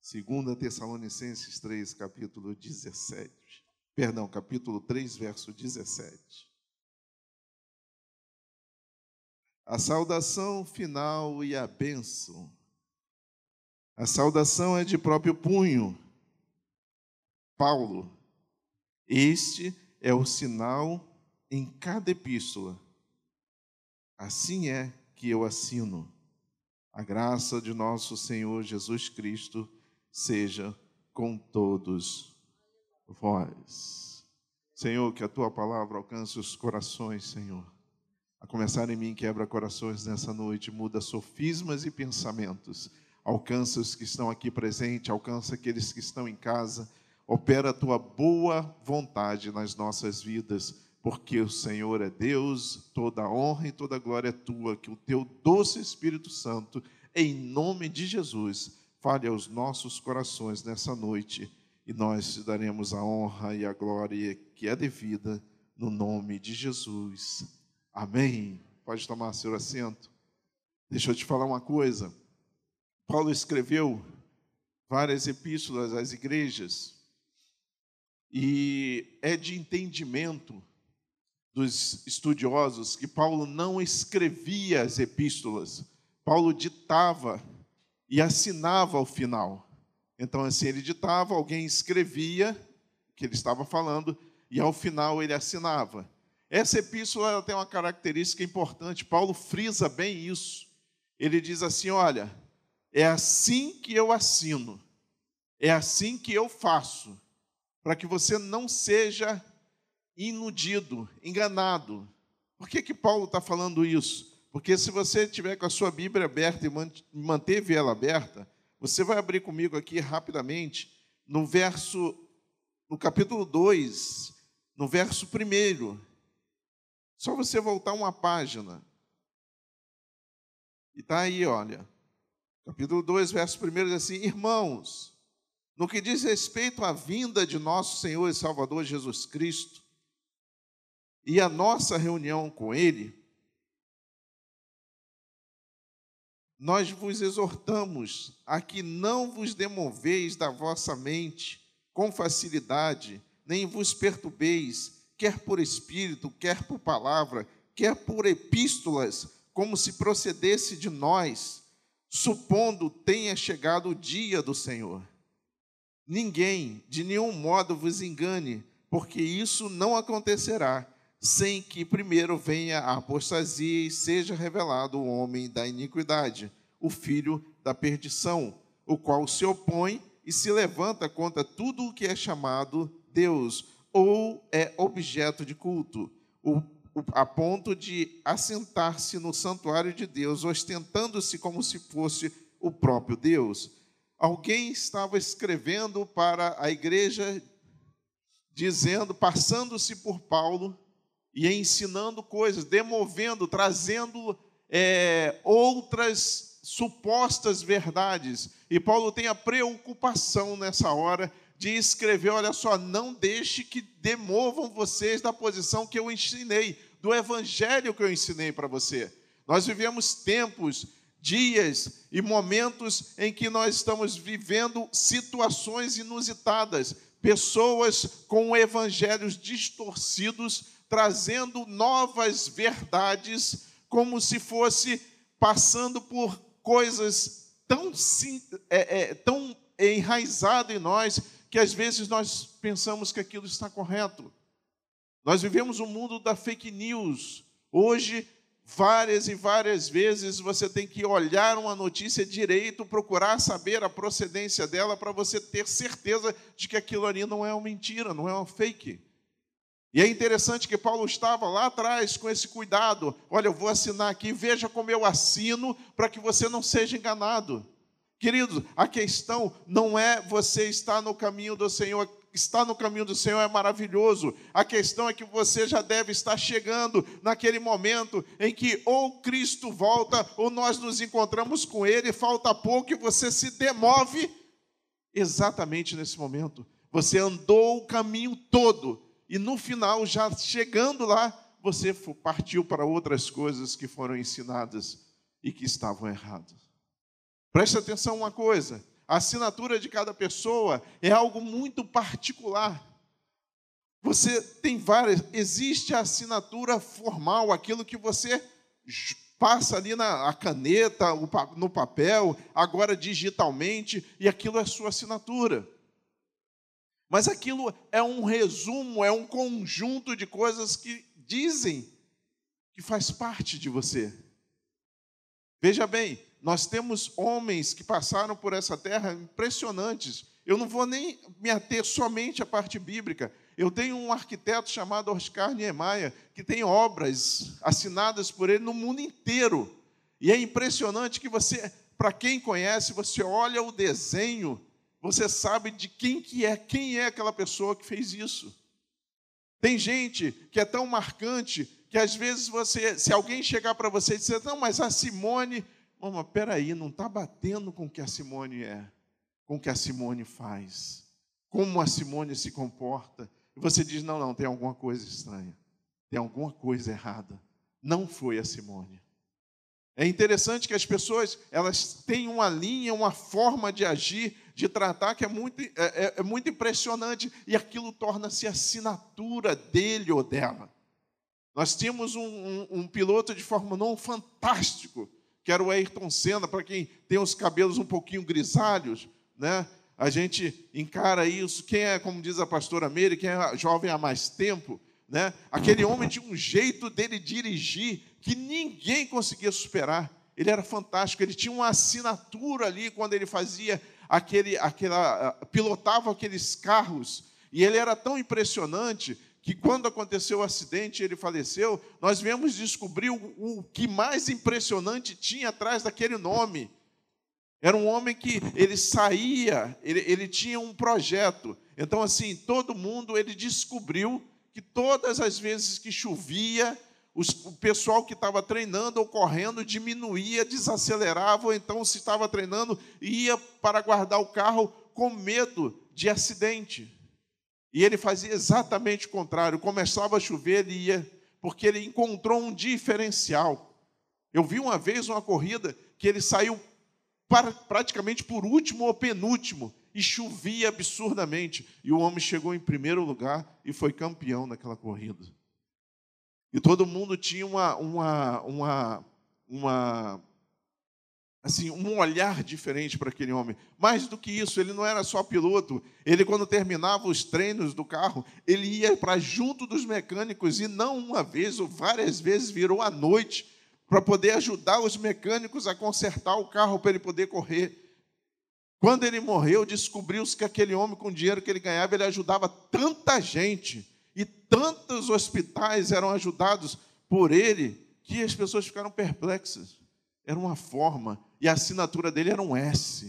2 Tessalonicenses 3, capítulo 17. Perdão, capítulo 3, verso 17. A saudação final e a bênção. A saudação é de próprio punho. Paulo. Este é o sinal em cada epístola. Assim é que eu assino. A graça de nosso Senhor Jesus Cristo seja com todos vós. Senhor, que a Tua palavra alcance os corações, Senhor. A começar em mim, quebra corações nessa noite, muda sofismas e pensamentos. Alcança os que estão aqui presentes, alcança aqueles que estão em casa. Opera a Tua boa vontade nas nossas vidas, porque o Senhor é Deus, toda a honra e toda a glória é Tua, que o Teu doce Espírito Santo, em nome de Jesus, fale aos nossos corações nessa noite, e nós te daremos a honra e a glória que é devida, no nome de Jesus. Amém. Pode tomar seu assento. Deixa eu te falar uma coisa. Paulo escreveu várias epístolas às igrejas, e é de entendimento dos estudiosos que Paulo não escrevia as epístolas. Paulo ditava e assinava ao final. Então, assim, ele ditava, alguém escrevia o que ele estava falando, e ao final ele assinava. Essa epístola ela tem uma característica importante, Paulo frisa bem isso. Ele diz assim, olha, é assim que eu assino, é assim que eu faço, para que você não seja iludido, enganado. Por que Paulo está falando isso? Porque se você tiver com a sua Bíblia aberta e manteve ela aberta, você vai abrir comigo aqui rapidamente no capítulo 2, no verso 1. Só você voltar uma página. E está aí, olha. Capítulo 2, verso 1 diz assim, irmãos, no que diz respeito à vinda de nosso Senhor e Salvador Jesus Cristo e a nossa reunião com Ele, nós vos exortamos a que não vos demoveis da vossa mente com facilidade, nem vos perturbeis, quer por espírito, quer por palavra, quer por epístolas, como se procedesse de nós, supondo tenha chegado o dia do Senhor. Ninguém, de nenhum modo, vos engane, porque isso não acontecerá, sem que primeiro venha a apostasia e seja revelado o homem da iniquidade, o filho da perdição, o qual se opõe e se levanta contra tudo o que é chamado Deus, ou é objeto de culto, a ponto de assentar-se no santuário de Deus, ostentando-se como se fosse o próprio Deus. Alguém estava escrevendo para a igreja, dizendo, passando-se por Paulo e ensinando coisas, demovendo, trazendo outras supostas verdades. E Paulo tem a preocupação nessa hora de escrever, olha só, não deixe que demovam vocês da posição que eu ensinei, do evangelho que eu ensinei para você. Nós vivemos tempos, dias e momentos em que nós estamos vivendo situações inusitadas, pessoas com evangelhos distorcidos, trazendo novas verdades, como se fosse passando por coisas tão enraizadas em nós, que às vezes nós pensamos que aquilo está correto. Nós vivemos um mundo da fake news. Hoje, várias e várias vezes, você tem que olhar uma notícia direito, procurar saber a procedência dela, para você ter certeza de que aquilo ali não é uma mentira, não é uma fake. E é interessante que Paulo estava lá atrás com esse cuidado. Olha, eu vou assinar aqui, veja como eu assino para que você não seja enganado. Queridos, a questão não é você estar no caminho do Senhor. Estar no caminho do Senhor é maravilhoso. A questão é que você já deve estar chegando naquele momento em que ou Cristo volta ou nós nos encontramos com Ele, falta pouco e você se demove exatamente nesse momento. Você andou o caminho todo. E no final, já chegando lá, você partiu para outras coisas que foram ensinadas e que estavam erradas. Preste atenção uma coisa, A assinatura de cada pessoa é algo muito particular. Você tem várias, existe a assinatura formal, aquilo que você passa ali na caneta, no papel, agora digitalmente, e aquilo é sua assinatura. Mas aquilo é um resumo, é um conjunto de coisas que dizem que faz parte de você. Veja bem, nós temos homens que passaram por essa terra impressionantes. Eu não vou nem me ater somente à parte bíblica. Eu tenho um arquiteto chamado Oscar Niemeyer, que tem obras assinadas por ele no mundo inteiro. E é impressionante que você, para quem conhece, você olha o desenho, você sabe de quem é aquela pessoa que fez isso. Tem gente que é tão marcante que às vezes se alguém chegar para você e dizer, não, mas a Simone, mas peraí, não está batendo com o que a Simone é, com o que a Simone faz, como a Simone se comporta. E você diz, não, tem alguma coisa estranha, tem alguma coisa errada. Não foi a Simone. É interessante que as pessoas, elas têm uma linha, uma forma de agir, de tratar, que é muito impressionante, e aquilo torna-se assinatura dele ou dela. Nós tínhamos um piloto de Fórmula 1 fantástico, que era o Ayrton Senna, para quem tem os cabelos um pouquinho grisalhos, né? A gente encara isso, quem é, como diz a pastora Meire, quem é jovem há mais tempo, né? Aquele homem tinha um jeito dele dirigir que ninguém conseguia superar. Ele era fantástico, ele tinha uma assinatura ali quando ele fazia pilotava aqueles carros, e ele era tão impressionante que quando aconteceu o acidente e ele faleceu, nós viemos descobrir o que mais impressionante tinha atrás daquele nome. Era um homem que ele saía, ele tinha um projeto. Então, assim, todo mundo, ele descobriu que todas as vezes que chovia, o pessoal que estava treinando ou correndo diminuía, desacelerava, ou então, se estava treinando, ia para guardar o carro com medo de acidente. E ele fazia exatamente o contrário. Começava a chover, ele ia, porque ele encontrou um diferencial. Eu vi uma vez uma corrida que ele saiu praticamente por último ou penúltimo, e chovia absurdamente. E o homem chegou em primeiro lugar e foi campeão naquela corrida. E todo mundo tinha um olhar diferente para aquele homem. Mais do que isso, ele não era só piloto. Ele, quando terminava os treinos do carro, ele ia para junto dos mecânicos, e não uma vez ou várias vezes virou à noite para poder ajudar os mecânicos a consertar o carro para ele poder correr. Quando ele morreu, descobriu-se que aquele homem, com o dinheiro que ele ganhava, ele ajudava tanta gente, e tantos hospitais eram ajudados por ele, que as pessoas ficaram perplexas. Era uma forma, e a assinatura dele era um S.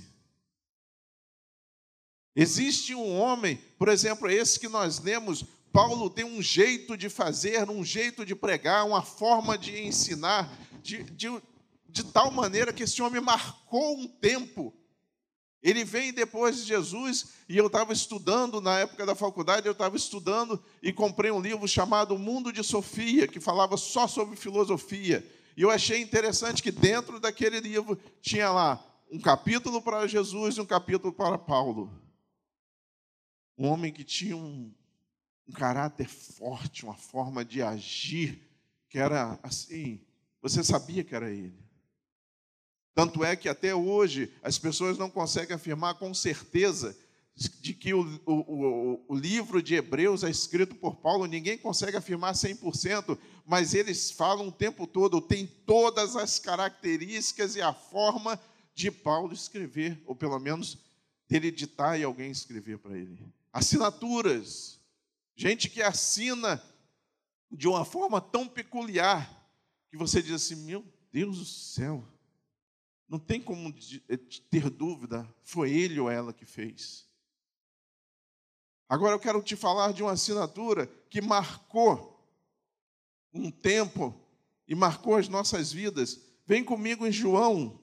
Existe um homem, por exemplo, esse que nós lemos, Paulo tem um jeito de fazer, um jeito de pregar, uma forma de ensinar, de tal maneira que esse homem marcou um tempo. Ele vem depois de Jesus, e eu estava estudando, na época da faculdade, eu estava estudando e comprei um livro chamado O Mundo de Sofia, que falava só sobre filosofia. E eu achei interessante que dentro daquele livro tinha lá um capítulo para Jesus e um capítulo para Paulo. Um homem que tinha um caráter forte, uma forma de agir, que era assim, você sabia que era ele. Tanto é que até hoje as pessoas não conseguem afirmar com certeza de que o livro de Hebreus é escrito por Paulo. Ninguém consegue afirmar 100%, mas eles falam o tempo todo, tem todas as características e a forma de Paulo escrever, ou pelo menos dele ditar e alguém escrever para ele. Assinaturas, gente que assina de uma forma tão peculiar, que você diz assim, meu Deus do céu, não tem como ter dúvida, foi ele ou ela que fez. Agora eu quero te falar de uma assinatura que marcou um tempo e marcou as nossas vidas. Vem comigo em João.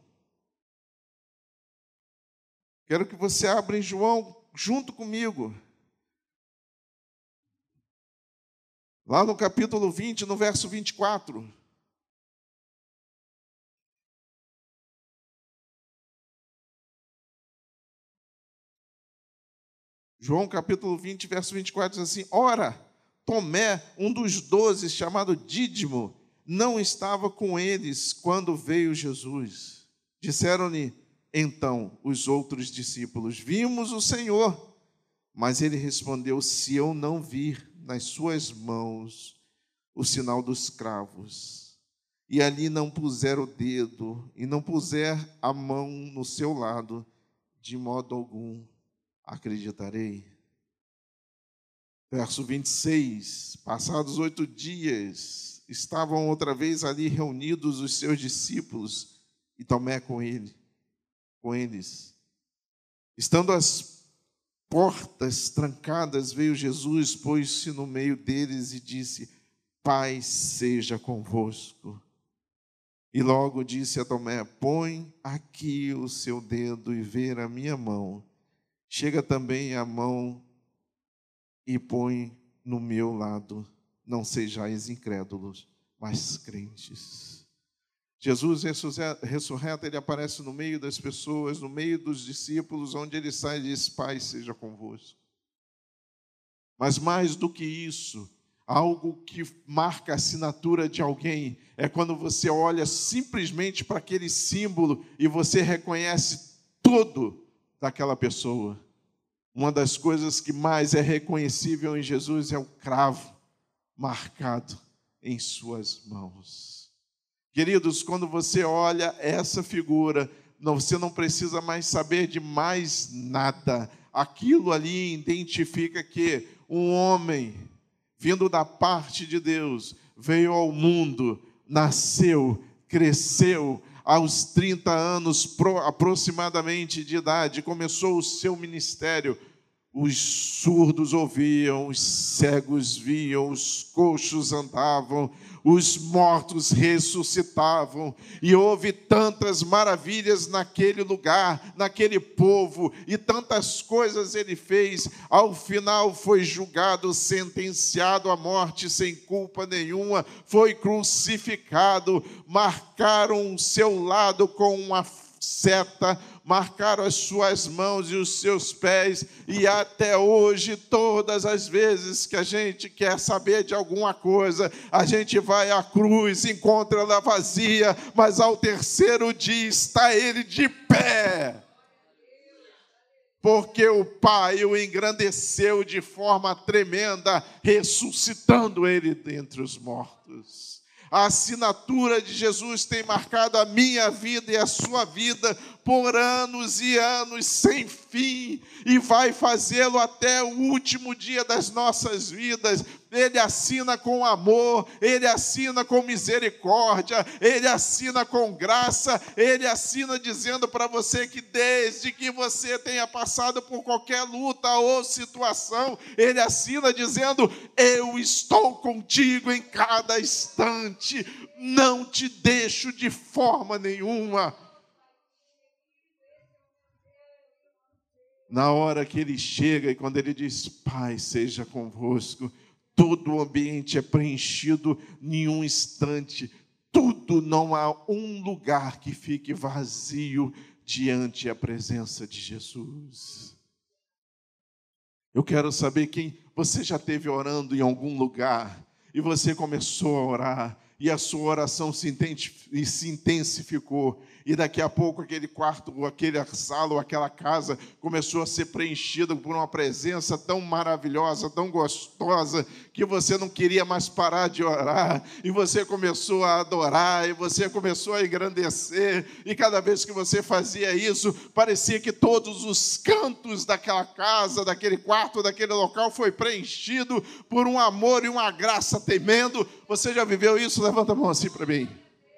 Quero que você abra em João junto comigo. Lá no capítulo 20, no verso 24. João capítulo 20, verso 24, diz assim: ora, Tomé, um dos 12, chamado Dídimo, não estava com eles quando veio Jesus. Disseram-lhe então os outros discípulos: vimos o Senhor. Mas ele respondeu: se eu não vir nas suas mãos o sinal dos cravos, e ali não puser o dedo, e não puser a mão no seu lado, de modo algum acreditarei. Verso 26, passados 8 dias, estavam outra vez ali reunidos os seus discípulos, e Tomé com eles. Estando as portas trancadas, veio Jesus, pôs-se no meio deles e disse: paz seja convosco. E logo disse a Tomé: põe aqui o seu dedo e vê a minha mão. Chega também a mão e põe no meu lado. Não sejais incrédulos, mas crentes. Jesus ressurreto, ele aparece no meio das pessoas, no meio dos discípulos, onde ele sai e diz: paz seja convosco. Mas mais do que isso, algo que marca a assinatura de alguém é quando você olha simplesmente para aquele símbolo e você reconhece tudo daquela pessoa. Uma das coisas que mais é reconhecível em Jesus é o cravo marcado em suas mãos. Queridos, quando você olha essa figura, você não precisa mais saber de mais nada. Aquilo ali identifica que um homem vindo da parte de Deus, veio ao mundo, nasceu, cresceu, aos 30 anos aproximadamente de idade, começou o seu ministério. Os surdos ouviam, os cegos viam, os coxos andavam, os mortos ressuscitavam, e houve tantas maravilhas naquele lugar, naquele povo, e tantas coisas ele fez. Ao final foi julgado, sentenciado à morte sem culpa nenhuma, foi crucificado, marcaram o seu lado com uma seta, marcaram as suas mãos e os seus pés, e até hoje, todas as vezes que a gente quer saber de alguma coisa, a gente vai à cruz, encontra ela vazia, mas ao terceiro dia está ele de pé, porque o Pai o engrandeceu de forma tremenda, ressuscitando ele dentre os mortos. A assinatura de Jesus tem marcado a minha vida e a sua vida por anos e anos sem fim, e vai fazê-lo até o último dia das nossas vidas. Ele assina com amor, ele assina com misericórdia, ele assina com graça, ele assina dizendo para você que desde que você tenha passado por qualquer luta ou situação, ele assina dizendo: eu estou contigo em cada instante, não te deixo de forma nenhuma. Na hora que ele chega e quando ele diz: paz seja convosco, todo o ambiente é preenchido em um instante. Tudo, não há um lugar que fique vazio diante da presença de Jesus. Eu quero saber quem você já esteve orando em algum lugar e você começou a orar e a sua oração se intensificou, e daqui a pouco aquele quarto, ou aquela sala, ou aquela casa começou a ser preenchida por uma presença tão maravilhosa, tão gostosa, que você não queria mais parar de orar, e você começou a adorar, e você começou a engrandecer, e cada vez que você fazia isso, parecia que todos os cantos daquela casa, daquele quarto, daquele local foi preenchido por um amor e uma graça tremendo. Você já viveu isso? Levanta a mão assim para mim.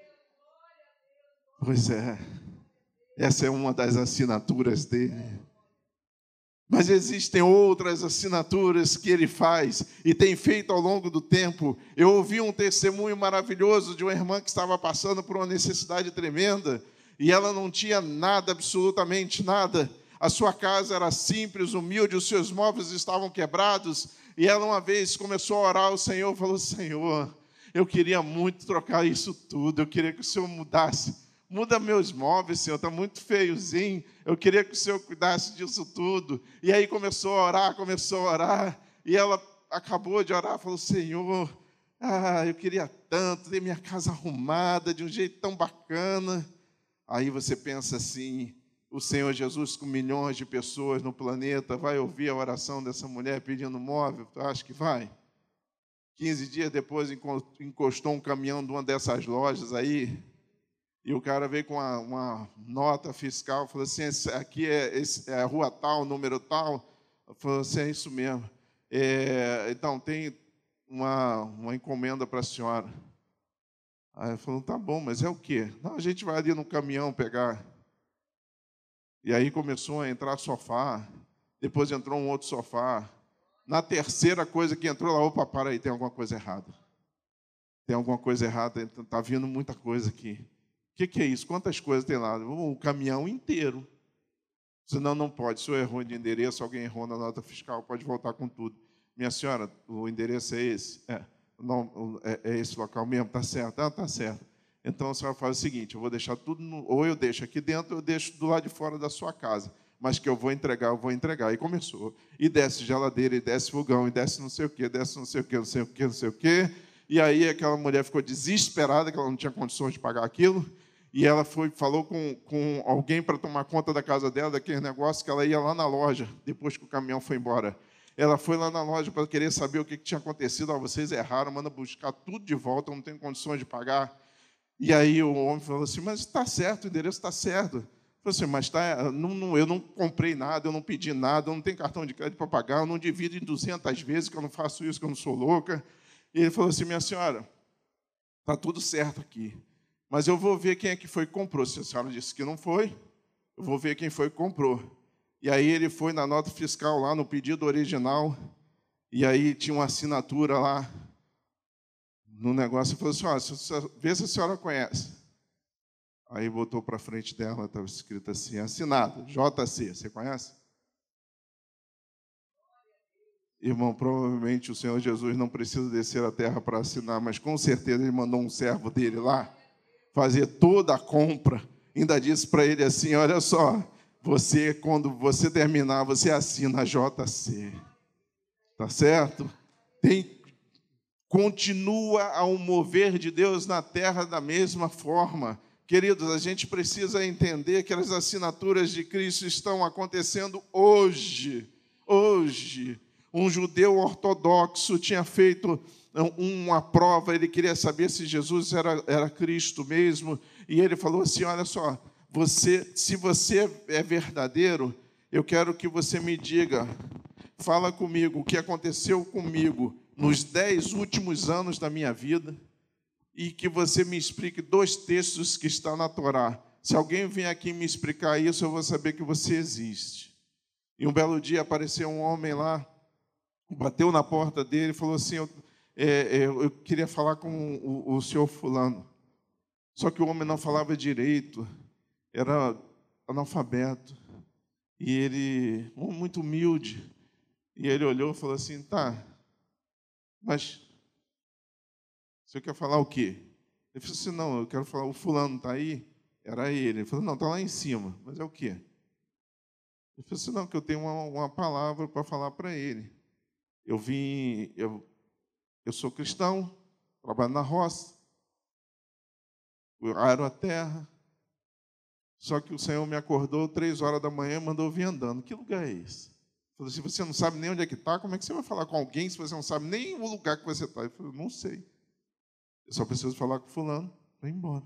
Pois é, essa é uma das assinaturas dele. Mas existem outras assinaturas que ele faz e tem feito ao longo do tempo. Eu ouvi um testemunho maravilhoso de uma irmã que estava passando por uma necessidade tremenda e ela não tinha nada, absolutamente nada. A sua casa era simples, humilde, os seus móveis estavam quebrados, e ela uma vez começou a orar ao Senhor, falou: Senhor, eu queria muito trocar isso tudo, eu queria que o Senhor muda meus móveis, Senhor, está muito feiozinho, eu queria que o Senhor cuidasse disso tudo. E aí começou a orar, e ela acabou de orar, falou, Senhor, eu queria tanto ter minha casa arrumada de um jeito tão bacana. Aí você pensa assim, o Senhor Jesus, com milhões de pessoas no planeta, vai ouvir a oração dessa mulher pedindo móvel? Tu acha que vai? 15 dias depois encostou um caminhão de uma dessas lojas aí, e o cara veio com uma nota fiscal, falou assim, aqui é a rua tal, número tal. Falou assim, é isso mesmo. Então, tem uma encomenda para a senhora. Aí ele falou, tá bom, mas é o quê? Não, a gente vai ali no caminhão pegar. E aí começou a entrar sofá, depois entrou um outro sofá. Na terceira coisa que entrou, ela, opa, para aí, tem alguma coisa errada. Tem alguma coisa errada, está vindo muita coisa aqui. O que é isso? Quantas coisas tem lá? O caminhão inteiro. Senão não pode. Se eu errou de endereço, alguém errou na nota fiscal, pode voltar com tudo. Minha senhora, o endereço é esse? Não, é esse local mesmo? Está certo? Está certo. Então, a senhora faz o seguinte, eu vou deixar tudo, ou eu deixo aqui dentro, ou eu deixo do lado de fora da sua casa. Mas que eu vou entregar. E começou. E desce geladeira, e desce fogão, e desce não sei o quê, desce não sei o quê, não sei o quê, não sei o quê. E aí aquela mulher ficou desesperada, que ela não tinha condições de pagar aquilo. E ela falou com alguém para tomar conta da casa dela, daquele negócio, que ela ia lá na loja, depois que o caminhão foi embora. Ela foi lá na loja para querer saber o que tinha acontecido. Vocês erraram, manda buscar tudo de volta, eu não tenho condições de pagar. E aí o homem falou assim, mas está certo, o endereço está certo. Eu falei assim, mas eu não comprei nada, eu não pedi nada, eu não tenho cartão de crédito para pagar, eu não divido em 200 vezes, que eu não faço isso, que eu não sou louca. E ele falou assim, minha senhora, está tudo certo aqui. Mas eu vou ver quem é que foi que comprou. Se a senhora disse que não foi, eu vou ver quem foi que comprou. E aí ele foi na nota fiscal, lá no pedido original, e aí tinha uma assinatura lá no negócio, e falou assim, vê se a senhora conhece. Aí botou para frente dela, estava escrito assim, assinado, JC, você conhece? Irmão, provavelmente o Senhor Jesus não precisa descer à terra para assinar, mas com certeza ele mandou um servo dele lá, fazer toda a compra, ainda disse para ele assim, olha só, quando você terminar, você assina JC, tá certo? Continua ao mover de Deus na terra da mesma forma. Queridos, a gente precisa entender que as assinaturas de Cristo estão acontecendo hoje. Hoje, um judeu ortodoxo tinha feito uma prova, ele queria saber se Jesus era Cristo mesmo, e ele falou assim, olha só, se você é verdadeiro, eu quero que você me diga, fala comigo o que aconteceu comigo nos 10 últimos anos da minha vida, e que você me explique 2 textos que estão na Torá. Se alguém vier aqui me explicar isso, eu vou saber que você existe. E um belo dia apareceu um homem lá, bateu na porta dele e falou assim, eu queria falar com o senhor fulano. Só que o homem não falava direito, era analfabeto. E ele, muito humilde, e ele olhou e falou assim, tá, mas você quer falar o quê? Ele falou assim, não, eu quero falar, o fulano está aí? Era ele. Ele falou, não, está lá em cima, mas é o quê? Ele falou assim, não, que eu tenho uma palavra para falar para ele. Eu sou cristão, trabalho na roça, eu aro a terra, só que o Senhor me acordou 3 horas da manhã e mandou vir andando. Que lugar é esse? Ele falou assim, você não sabe nem onde é que está, como é que você vai falar com alguém se você não sabe nem o lugar que você está? Ele falou, não sei. Eu só preciso falar com fulano, vai embora.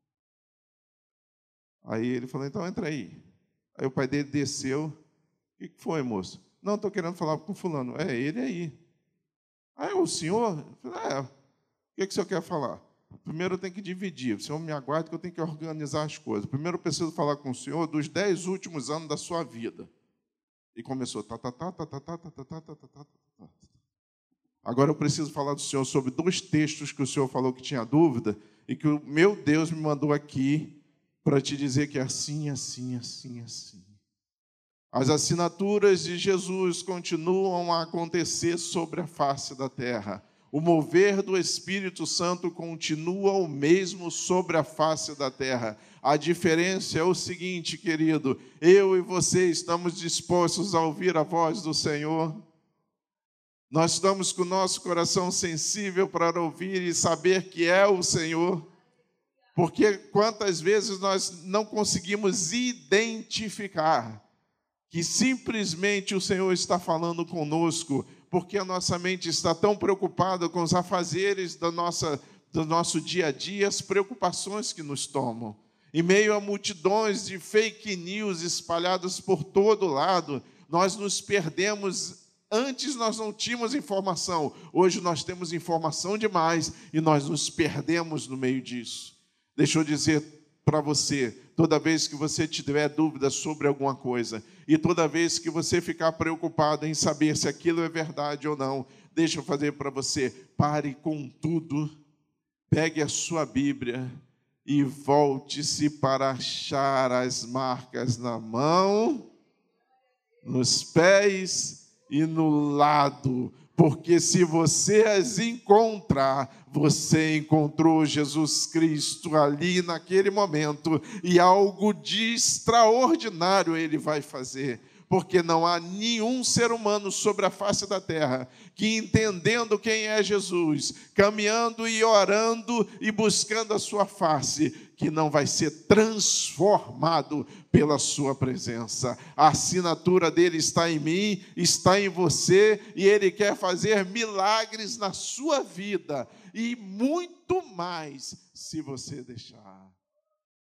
Aí ele falou, então entra aí. Aí o pai dele desceu. O que foi, moço? Não, estou querendo falar com fulano. É ele aí. Ah, é o senhor? Eu falei, o que o senhor quer falar? Primeiro eu tenho que dividir. O senhor me aguarda que eu tenho que organizar as coisas. Primeiro eu preciso falar com o senhor dos 10 últimos anos da sua vida. E começou, Agora eu preciso falar do senhor sobre 2 textos que o senhor falou que tinha dúvida e que o meu Deus me mandou aqui para te dizer que é assim, assim, assim, assim. As assinaturas de Jesus continuam a acontecer sobre a face da terra. O mover do Espírito Santo continua o mesmo sobre a face da terra. A diferença é o seguinte, querido: eu e você estamos dispostos a ouvir a voz do Senhor? Nós estamos com o nosso coração sensível para ouvir e saber que é o Senhor? Porque quantas vezes nós não conseguimos identificar que simplesmente o Senhor está falando conosco, porque a nossa mente está tão preocupada com os afazeres do nosso dia a dia, as preocupações que nos tomam. Em meio a multidões de fake news espalhadas por todo lado, nós nos perdemos. Antes nós não tínhamos informação, hoje nós temos informação demais e nós nos perdemos no meio disso. Deixa eu dizer para você, toda vez que você tiver dúvidas sobre alguma coisa, e toda vez que você ficar preocupado em saber se aquilo é verdade ou não, deixa eu fazer para você: pare com tudo, pegue a sua Bíblia e volte-se para achar as marcas na mão, nos pés e no lado, porque se você as encontrar, você encontrou Jesus Cristo ali naquele momento, e algo de extraordinário Ele vai fazer, porque não há nenhum ser humano sobre a face da terra que, entendendo quem é Jesus, caminhando e orando e buscando a sua face, que não vai ser transformado pela sua presença. A assinatura dele está em mim, está em você, e ele quer fazer milagres na sua vida, e muito mais se você deixar.